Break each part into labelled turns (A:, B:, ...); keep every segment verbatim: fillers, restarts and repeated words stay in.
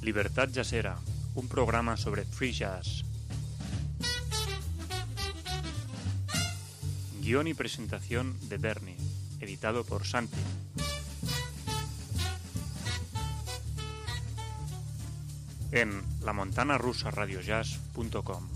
A: Libertad Jazzera, un programa sobre free jazz. Guión y presentación de Bernie, editado por Santi. En la montana rusa radio jazz punto com.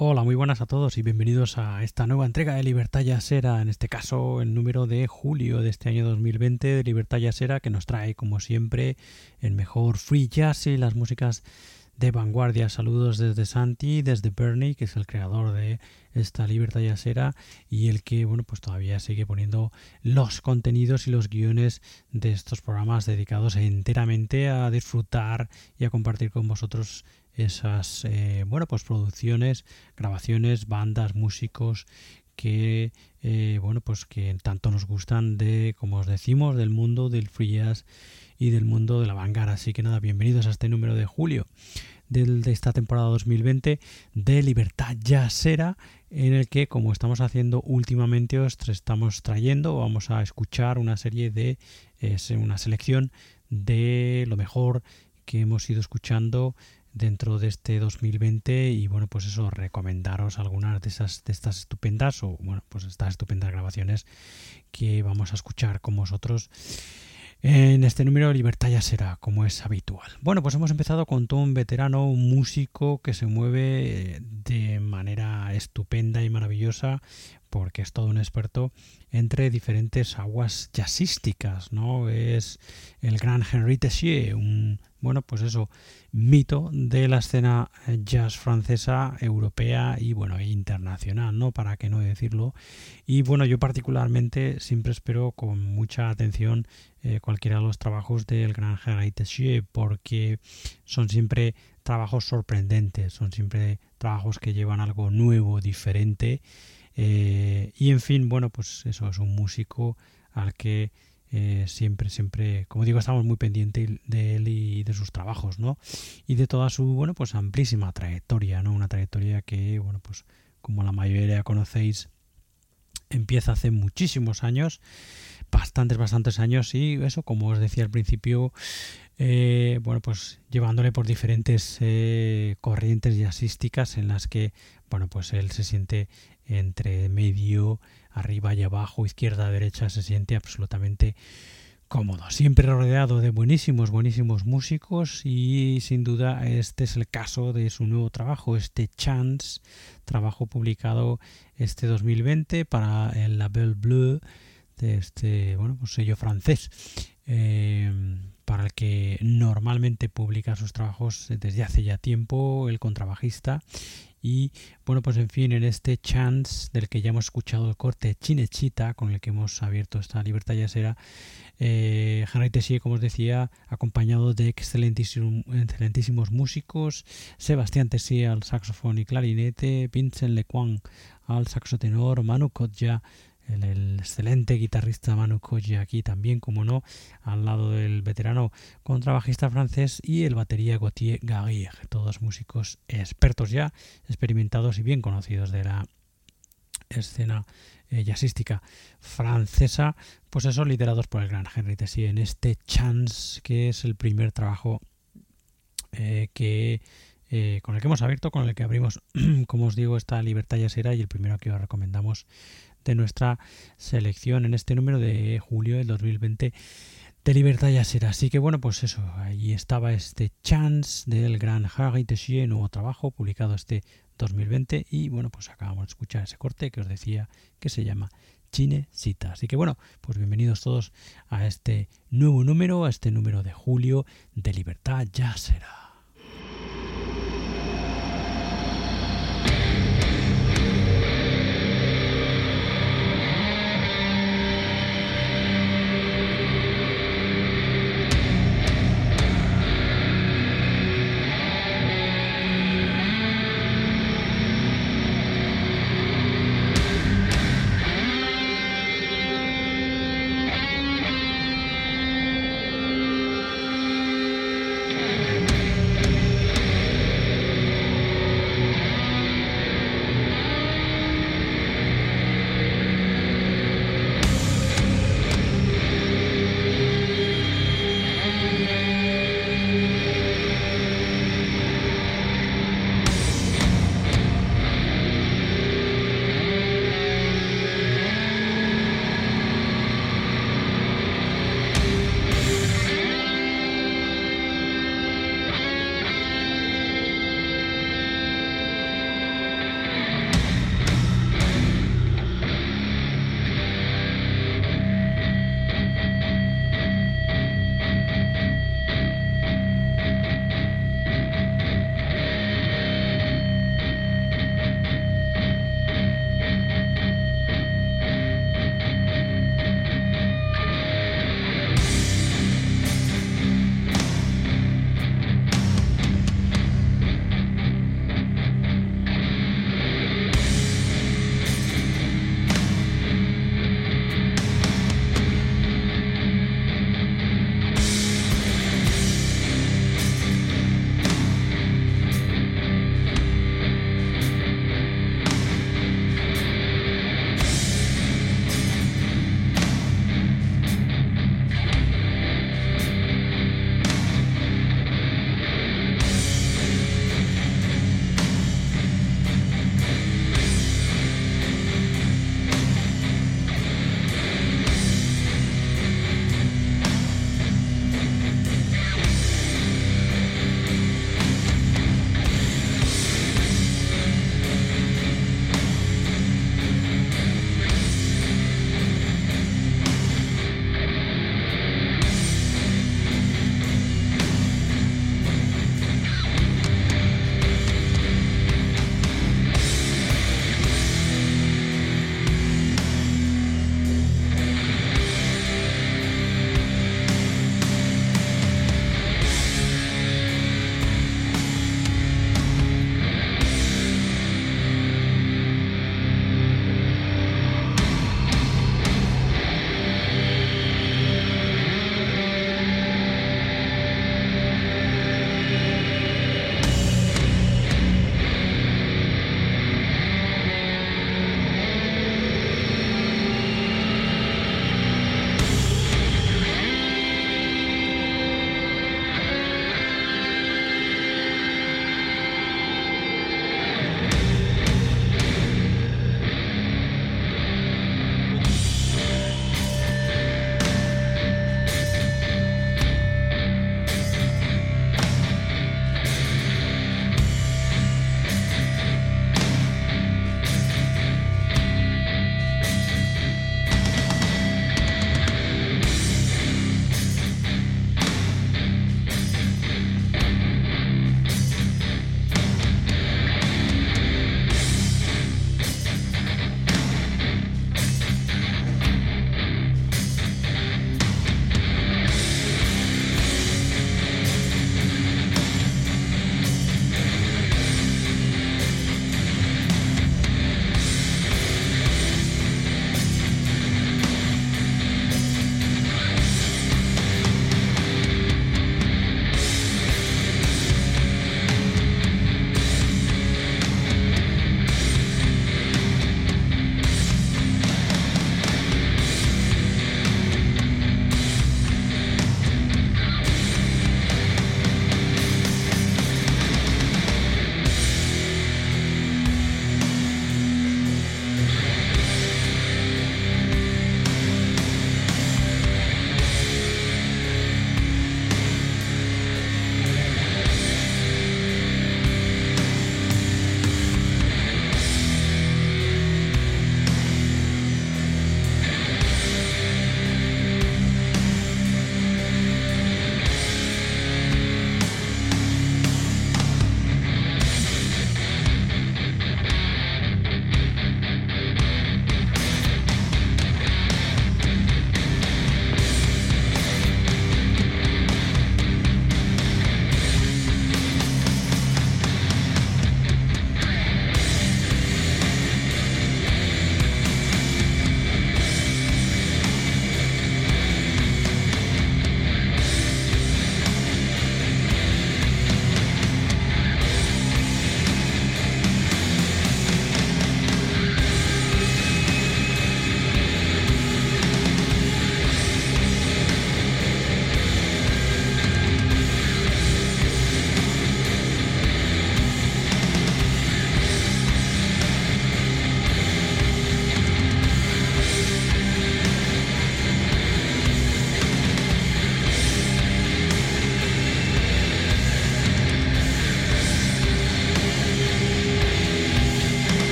B: Hola, muy buenas a todos y bienvenidos a esta nueva entrega de Libertad Jazzera, en este caso el número de julio de este año dos mil veinte de Libertad Jazzera, que nos trae como siempre el mejor free jazz y las músicas de vanguardia. Saludos desde Santi, desde Bernie, que es el creador de esta Libertad Jazzera y el que, bueno, pues todavía sigue poniendo los contenidos y los guiones de estos programas dedicados enteramente a disfrutar y a compartir con vosotros esas eh, bueno pues producciones, grabaciones, bandas, músicos que eh, bueno pues que tanto nos gustan, de, como os decimos, del mundo del free jazz y del mundo de la vanguardia. Así que nada, bienvenidos a este número de julio del, de esta temporada dos mil veinte de Libertad Jazzera, en el que, como estamos haciendo últimamente, os estamos trayendo, vamos a escuchar una serie de es una selección de lo mejor que hemos ido escuchando dentro de este dos mil veinte, y bueno, pues eso, recomendaros algunas de esas de estas estupendas o bueno, pues estas estupendas grabaciones que vamos a escuchar con vosotros en este número de Libertad Jazzera, como es habitual. Bueno, pues hemos empezado con todo un veterano, un músico que se mueve de manera estupenda y maravillosa, porque es todo un experto entre diferentes aguas jazzísticas, ¿no? Es el gran Henri Tessier, un, bueno, pues eso, mito de la escena jazz francesa, europea y, bueno, internacional, ¿no? Para qué no decirlo. Y, bueno, yo particularmente siempre espero con mucha atención eh, cualquiera de los trabajos del gran Henri Tessier, porque son siempre trabajos sorprendentes, son siempre trabajos que llevan algo nuevo, diferente. Eh, y en fin, bueno, pues eso, es un músico al que eh, siempre, siempre, como digo, estamos muy pendientes de él y de sus trabajos, ¿no? Y de toda su, bueno, pues amplísima trayectoria, ¿no? Una trayectoria que, bueno, pues como la mayoría conocéis, empieza hace muchísimos años, bastantes, bastantes años, y eso, como os decía al principio, eh, bueno, pues llevándole por diferentes eh, corrientes jazzísticas en las que, bueno, pues él se siente entre medio, arriba y abajo, izquierda, derecha, se siente absolutamente cómodo, siempre rodeado de buenísimos, buenísimos músicos, y sin duda este es el caso de su nuevo trabajo, este Chance, trabajo publicado este dos mil veinte para el Label Bleu de este, bueno, pues sello francés, eh, para el que normalmente publica sus trabajos desde hace ya tiempo el contrabajista. Y bueno, pues en fin, en este Chance, del que ya hemos escuchado el corte Chinechita, con el que hemos abierto esta Libertad Jazzera, eh, Henri Tessier, como os decía, acompañado de excelentísimos, excelentísimos músicos: Sébastien Tessier al saxofón y clarinete, Vincent Lecoing al saxo tenor, Manu Kodja, el, el excelente guitarrista Manu Kodja aquí también, como no, al lado del veterano contrabajista francés, y el batería Gauthier Garrigue, todos músicos expertos ya, experimentados y bien conocidos de la escena eh, jazzística francesa, pues eso, liderados por el gran Henri Tessier en este Chance, que es el primer trabajo eh, que eh, con el que hemos abierto, con el que abrimos, como os digo, esta Libertad Jazzera, y el primero que os recomendamos de nuestra selección en este número de julio del dos mil veinte de Libertad Jazzera. Así que bueno, pues eso, ahí estaba este Chance del gran Henri Tessier, nuevo trabajo publicado este dos mil veinte, y bueno, pues acabamos de escuchar ese corte que os decía que se llama Chinechita. Así que bueno, pues bienvenidos todos a este nuevo número, a este número de julio de Libertad Jazzera.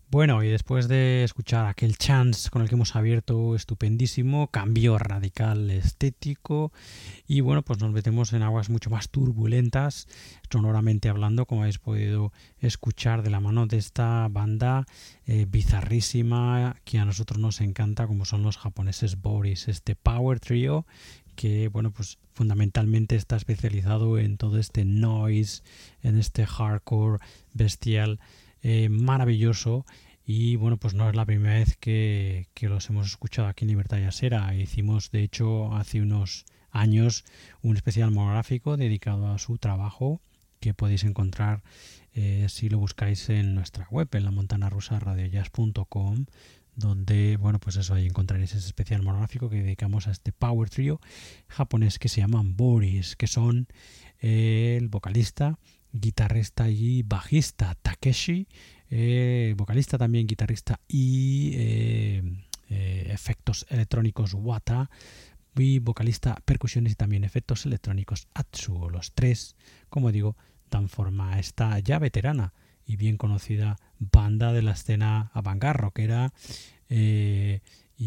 B: Bueno, y después de escuchar aquel Chance con el que hemos abierto, estupendísimo, cambio radical estético, y bueno, pues nos metemos en aguas mucho más turbulentas, sonoramente hablando, como habéis podido escuchar de la mano de esta banda eh, bizarrísima que a nosotros nos encanta, como son los japoneses Boris, este Power Trio, que bueno, pues fundamentalmente está especializado en todo este noise, en este hardcore bestial, Eh, maravilloso. Y bueno, pues no es la primera vez que, que los hemos escuchado aquí en Libertad Jazzera. Hicimos de hecho hace unos años un especial monográfico dedicado a su trabajo que podéis encontrar eh, si lo buscáis en nuestra web, en la montana rusa radio jazz punto com, donde bueno, pues eso, ahí encontraréis ese especial monográfico que dedicamos a este Power Trio japonés que se llaman Boris, que son eh, el vocalista, guitarrista y bajista Takeshi, eh, vocalista también, guitarrista y eh, eh, efectos electrónicos Wata, y vocalista, percusiones y también efectos electrónicos Atsuo. Los tres, como digo, dan forma a esta ya veterana y bien conocida banda de la escena avant-garde rockera, eh,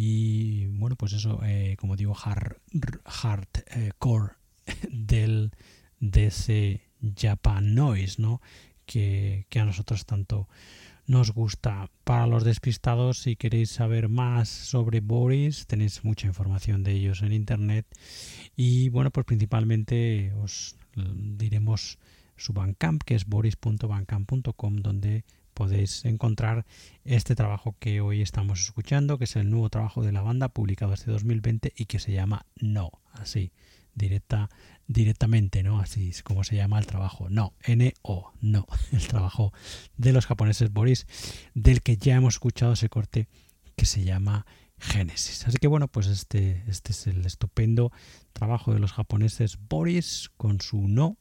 B: y bueno, pues eso, eh, como digo, hard, hard eh, core del, de ese Japan Noise, ¿no? Que, que a nosotros tanto nos gusta. Para los despistados, si queréis saber más sobre Boris, tenéis mucha información de ellos en internet, y bueno, pues principalmente os diremos su Bandcamp, que es boris punto bandcamp punto com, donde podéis encontrar este trabajo que hoy estamos escuchando, que es el nuevo trabajo de la banda publicado este dos mil veinte y que se llama No, así directa directamente, ¿no? Así es como se llama el trabajo. No, N O, no, el trabajo de los japoneses Boris, del que ya hemos escuchado ese corte que se llama Génesis. Así que bueno, pues este, este es el estupendo trabajo de los japoneses Boris con su No.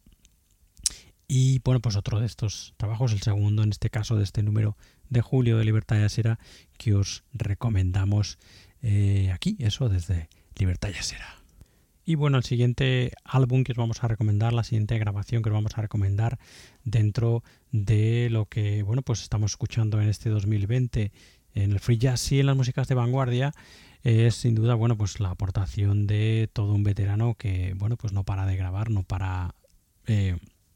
B: Y bueno, pues otro de estos trabajos, el segundo en este caso de este número de julio de Libertad Jazzera, que os recomendamos eh, aquí, eso desde Libertad Jazzera. Y bueno, el siguiente álbum que os vamos a recomendar, la siguiente grabación que os vamos a recomendar dentro de lo que bueno, pues estamos escuchando en este dos mil veinte en el free jazz y en las músicas de vanguardia, es sin duda bueno, pues la aportación de todo un veterano que bueno, pues no para de grabar, no para eh,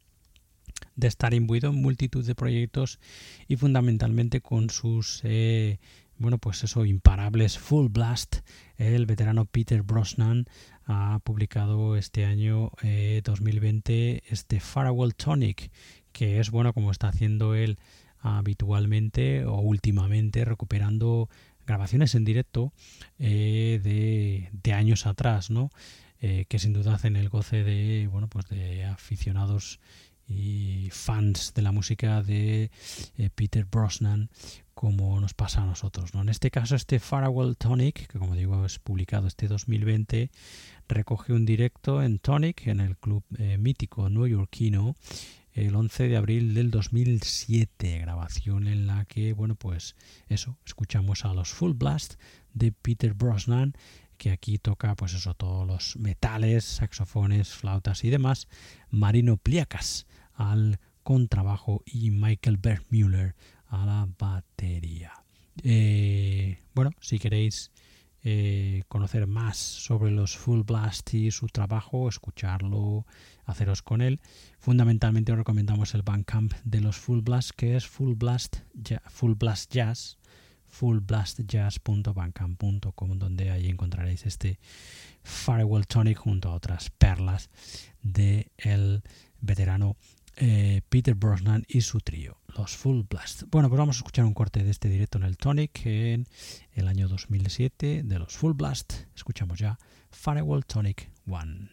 B: de estar imbuido en multitud de proyectos, y fundamentalmente con sus eh, bueno, pues eso, imparables Full Blast. El veterano Peter Brosnan ha publicado este año eh, dos mil veinte este Farewell Tonic, que es bueno, como está haciendo él habitualmente o últimamente, recuperando grabaciones en directo eh, de, de años atrás, ¿no? Eh, que sin duda hacen el goce de bueno, pues de aficionados y fans de la música de eh, Peter Brosnan, como nos pasa a nosotros, ¿no? En este caso, este Farewell Tonic, que como digo es publicado este dos mil veinte, recoge un directo en Tonic, en el club eh, mítico neoyorquino, el once de abril del dos mil siete, grabación en la que, bueno, pues eso, escuchamos a los Full Blast de Peter Brosnan, que aquí toca pues eso, todos los metales, saxofones, flautas y demás, Marino Pliacas al contrabajo y Michael Bergmüller a la batería. Eh, bueno, si queréis eh, conocer más sobre los Full Blast y su trabajo, escucharlo, haceros con él, fundamentalmente os recomendamos el Bandcamp de los Full Blast, que es Full Blast, Full Blast Jazz, full blast jazz punto bandcamp punto com, donde ahí encontraréis este Farewell Tonic junto a otras perlas de el veterano eh, Peter Brosnan y su trío, los Full Blast. Bueno, pues vamos a escuchar un corte de este directo en el Tonic en el año dos mil siete de los Full Blast. Escuchamos ya Farewell Tonic uno.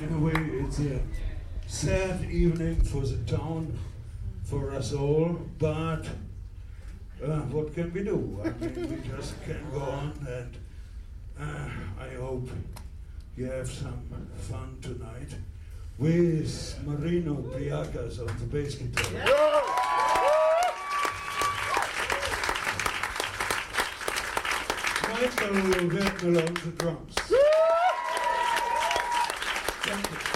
C: in a way, it's a sad evening for the town, for us all, but uh, what can we do? I mean, we just can go on, and uh, I hope you have some fun tonight with Marino Priakas on the bass guitar. Yeah. Michael Wertmüller on the drums. Thank you.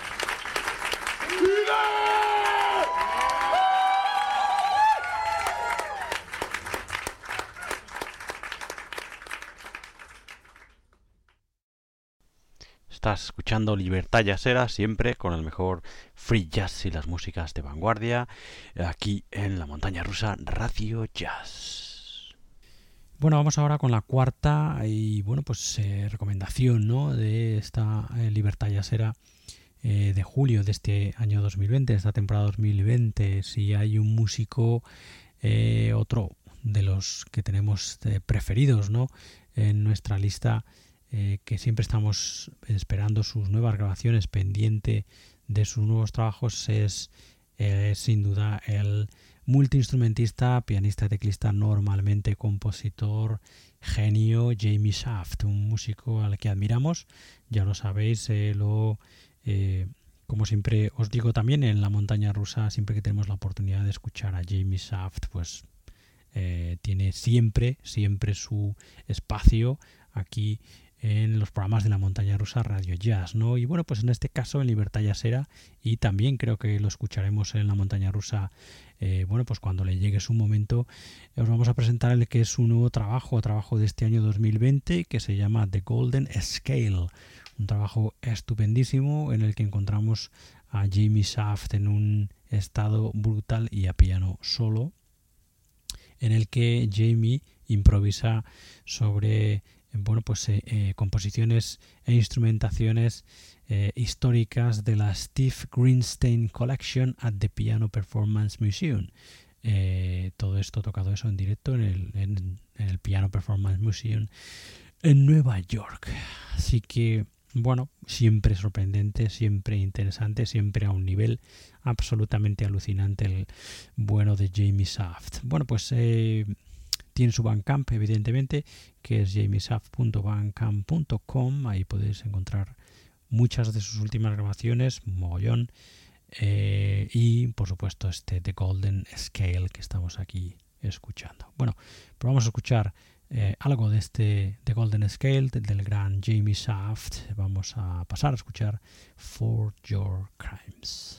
B: Estás escuchando Libertad Jazzera, siempre con el mejor free jazz y las músicas de vanguardia, aquí en la montaña rusa Radio Jazz. Bueno, vamos ahora con la cuarta y bueno, pues eh, recomendación, ¿no?, de esta eh, Libertad Jazzera eh, de julio de este año dos mil veinte, esta temporada dos mil veinte. Si hay un músico, eh, otro de los que tenemos eh, preferidos, ¿no?, en nuestra lista, Eh, que siempre estamos esperando sus nuevas grabaciones, pendiente de sus nuevos trabajos, es eh, sin duda el multiinstrumentista, pianista, teclista, normalmente compositor, genio, Jamie Saft, un músico al que admiramos, ya lo sabéis, eh, lo eh, como siempre os digo también en la montaña rusa, siempre que tenemos la oportunidad de escuchar a Jamie Saft, pues eh, tiene siempre, siempre su espacio aquí en los programas de la montaña rusa Radio Jazz, ¿no? Y bueno, pues en este caso en Libertad Jazzera, y también creo que lo escucharemos en la montaña rusa, eh, bueno, pues cuando le llegue su momento, os vamos a presentar el que es su nuevo trabajo, trabajo de este año dos mil veinte, que se llama The Golden Scale, un trabajo estupendísimo en el que encontramos a Jamie Saft en un estado brutal y a piano solo, en el que Jamie improvisa sobre bueno, pues eh, eh, composiciones e instrumentaciones eh, históricas de la Steve Greenstein Collection at the Piano Performance Museum. Eh, todo esto tocado eso en directo en el, en, en el Piano Performance Museum en Nueva York. Así que, bueno, siempre sorprendente, siempre interesante, siempre a un nivel absolutamente alucinante el bueno de Jamie Saft. Bueno, pues Eh, tiene su Bandcamp, evidentemente, que es jamiesaft punto bandcamp punto com. Ahí podéis encontrar muchas de sus últimas grabaciones, mogollón. Eh, y, por supuesto, este The Golden Scale que estamos aquí escuchando. Bueno, pero vamos a escuchar eh, algo de este The Golden Scale, del, del gran Jamie Saft. Vamos a pasar a escuchar For Your Crimes.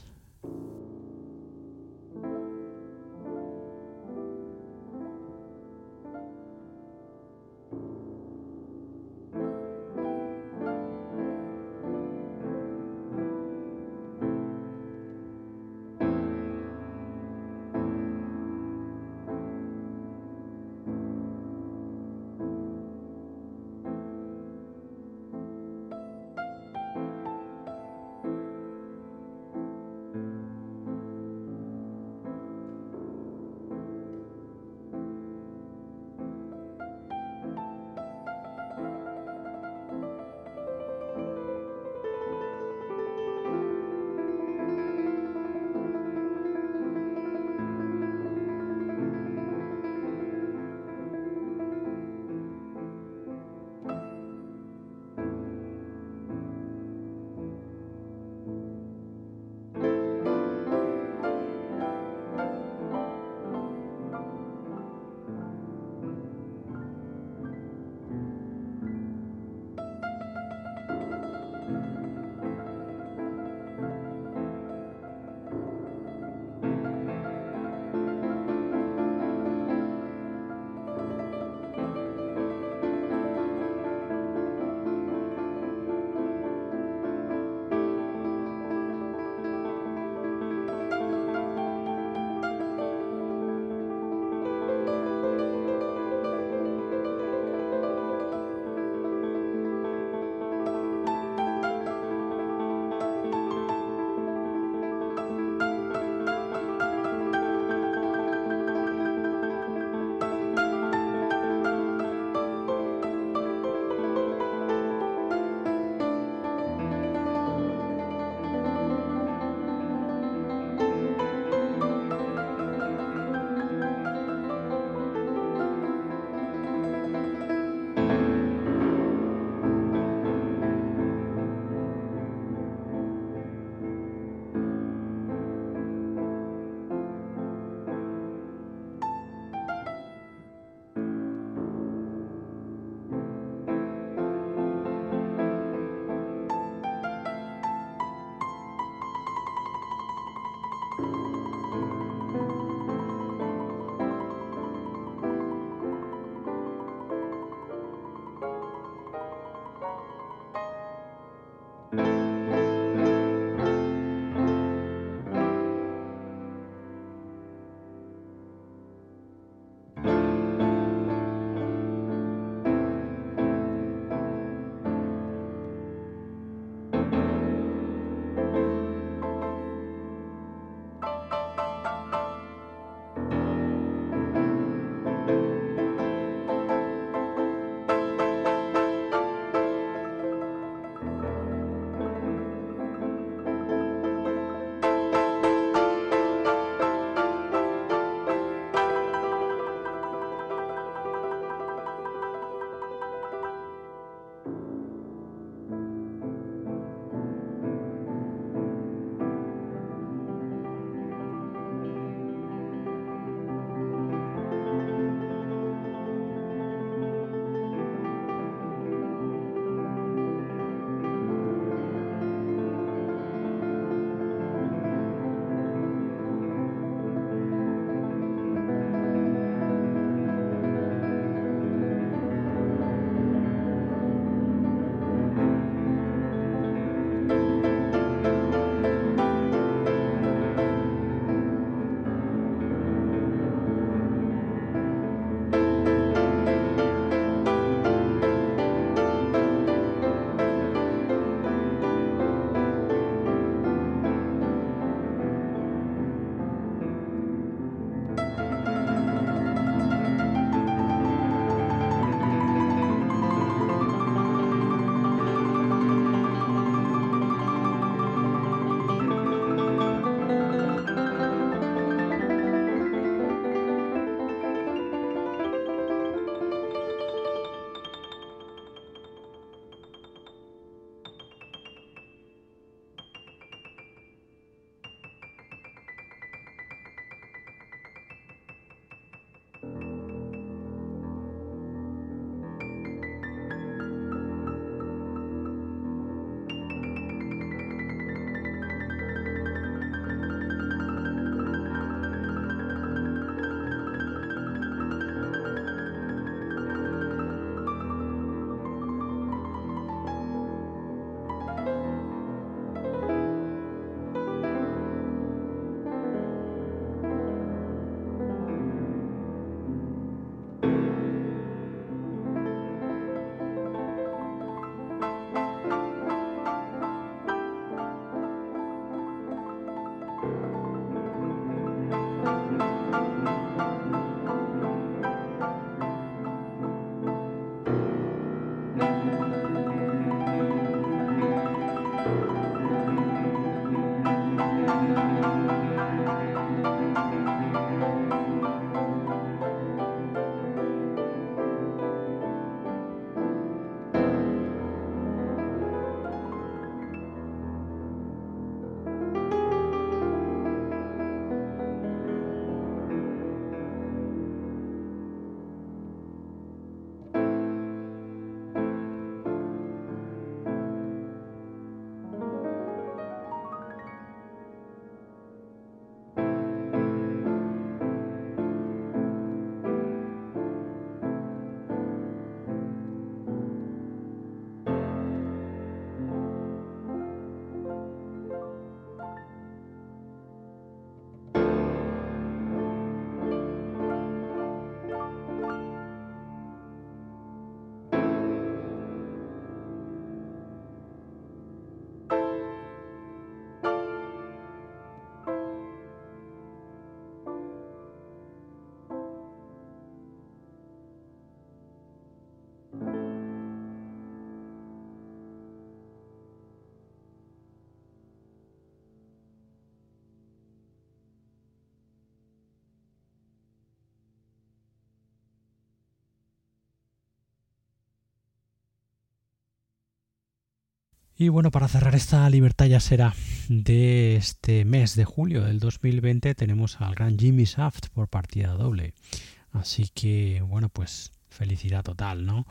B: Y bueno, para cerrar esta Libertad Jazzera de este mes de julio del dos mil veinte tenemos al gran Jimmy Shaft por partida doble. Así que, bueno, pues felicidad total, ¿no?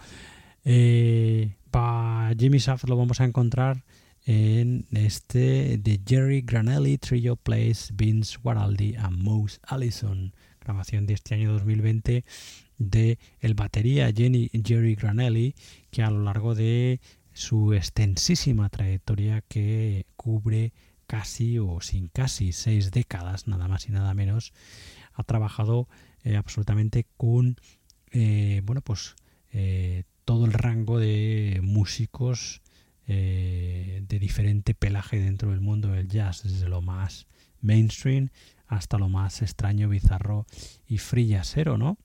B: Eh, para Jimmy Shaft lo vamos a encontrar en este de Jerry Granelli Trio Plays Vince Guaraldi and Moose Allison, grabación de este año dos mil veinte de el batería Jenny, Jerry Granelli, que a lo largo de su extensísima trayectoria que cubre casi o sin casi seis décadas, nada más y nada menos, ha trabajado eh, absolutamente con eh, bueno pues eh, todo el rango de músicos eh, de diferente pelaje dentro del mundo del jazz, desde lo más mainstream hasta lo más extraño, bizarro y free jazzero, ¿no?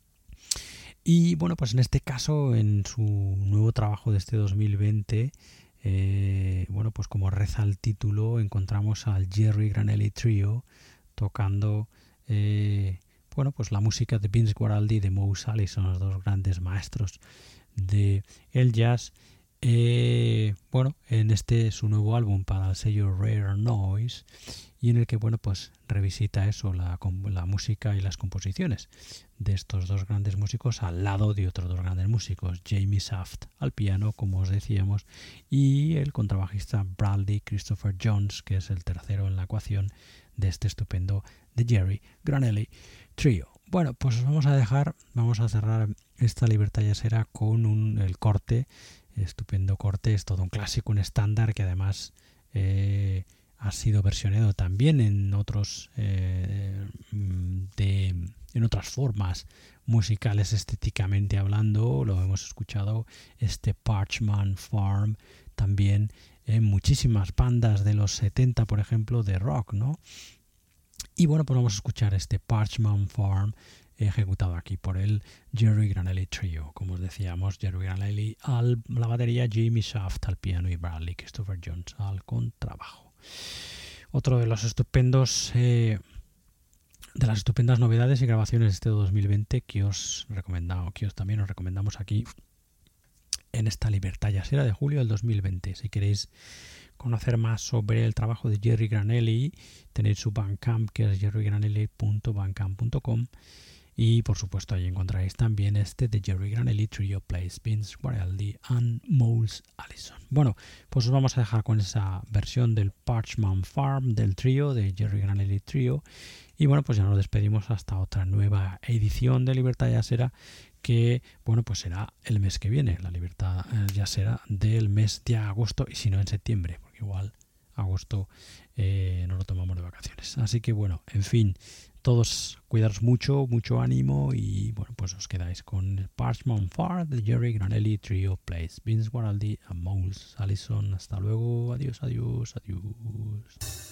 B: Y bueno, pues en este caso, en su nuevo trabajo de este dos mil veinte, eh, bueno, pues como reza el título, encontramos al Jerry Granelli Trio tocando eh, bueno, pues la música de Vince Guaraldi y de Moose Allison, los dos grandes maestros de el jazz. Eh, bueno, en este su nuevo álbum para el sello Rare Noise, y en el que bueno pues revisita eso, la, la música y las composiciones de estos dos grandes músicos al lado de otros dos grandes músicos, Jamie Shaft al piano, como os decíamos, y el contrabajista Bradley Christopher Jones, que es el tercero en la ecuación de este estupendo de Jerry Granelli Trio. Bueno, pues os vamos a dejar, vamos a cerrar esta Libertad Jazzera con un, el corte, estupendo corte, es todo un clásico, un estándar que además eh, ha sido versionado también en otros eh, de, en otras formas musicales, estéticamente hablando. Lo hemos escuchado, este Parchman Farm, también en muchísimas bandas de los setenta, por ejemplo, de rock, ¿no? Y bueno, pues vamos a escuchar este Parchman Farm ejecutado aquí por el Jerry Granelli Trio. Como os decíamos, Jerry Granelli a la batería, Jimmy Shaft al piano y Bradley Christopher Jones al contrabajo. Otro de los estupendos eh, de las estupendas novedades y grabaciones de este dos mil veinte que os recomendamos, que os también os recomendamos aquí en esta Libertad Jazzera de julio del dos mil veinte. Si queréis conocer más sobre el trabajo de Jerry Granelli, tenéis su Bandcamp, que es jerry granelli punto bandcamp punto com, y por supuesto ahí encontraréis también este de Jerry Granelli Trio Plays Vince Guaraldi and Moose Allison. Bueno, pues os vamos a dejar con esa versión del Parchman Farm del trío, de Jerry Granelli Trio, y bueno, pues ya nos despedimos hasta otra nueva edición de Libertad Jazzera, que bueno, pues será el mes que viene, la Libertad Jazzera del mes de agosto, y si no en septiembre, porque igual agosto eh, no lo tomamos de vacaciones. Así que bueno, en fin, todos cuidaros mucho, mucho ánimo, y bueno, pues os quedáis con el Parchman Farm de Jerry Granelli Trio Plays Vince Guaraldi and Moose Allison. Hasta luego, adiós, adiós, adiós.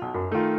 C: Thank